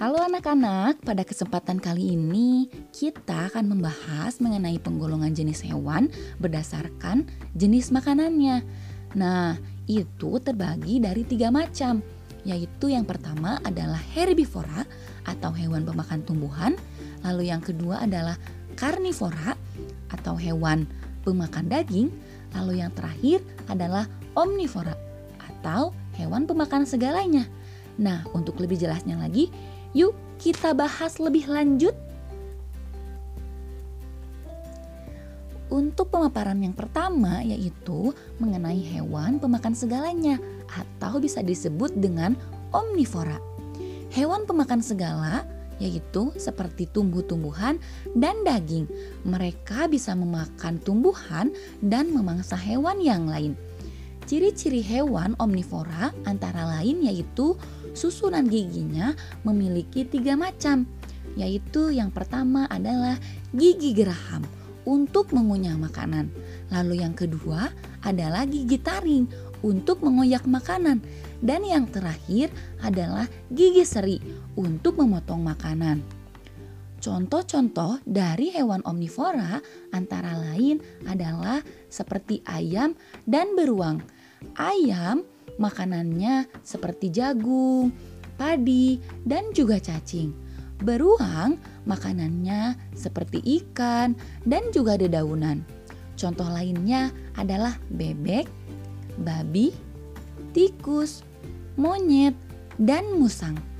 Halo anak-anak, pada kesempatan kali ini kita akan membahas mengenai penggolongan jenis hewan berdasarkan jenis makanannya. Nah, itu terbagi dari 3 macam, yaitu yang pertama adalah herbivora atau hewan pemakan tumbuhan, lalu yang kedua adalah karnivora atau hewan pemakan daging, lalu yang terakhir adalah omnivora atau hewan pemakan segalanya. Nah, untuk lebih jelasnya lagi, yuk kita bahas lebih lanjut. Untuk pemaparan yang pertama yaitu mengenai hewan pemakan segalanya atau bisa disebut dengan omnivora. Hewan pemakan segala yaitu seperti tumbuh-tumbuhan dan daging. Mereka bisa memakan tumbuhan dan memangsa hewan yang lain. Ciri-ciri hewan omnivora antara lain yaitu susunan giginya memiliki 3 macam, yaitu yang pertama adalah gigi geraham untuk mengunyah makanan. Lalu yang kedua adalah gigi taring untuk mengoyak makanan. Dan yang terakhir adalah gigi seri untuk memotong makanan. Contoh-contoh dari hewan omnivora antara lain adalah seperti ayam dan beruang. Ayam makanannya seperti jagung, padi, dan juga cacing. Beruang makanannya seperti ikan dan juga dedaunan. Contoh lainnya adalah bebek, babi, tikus, monyet, dan musang.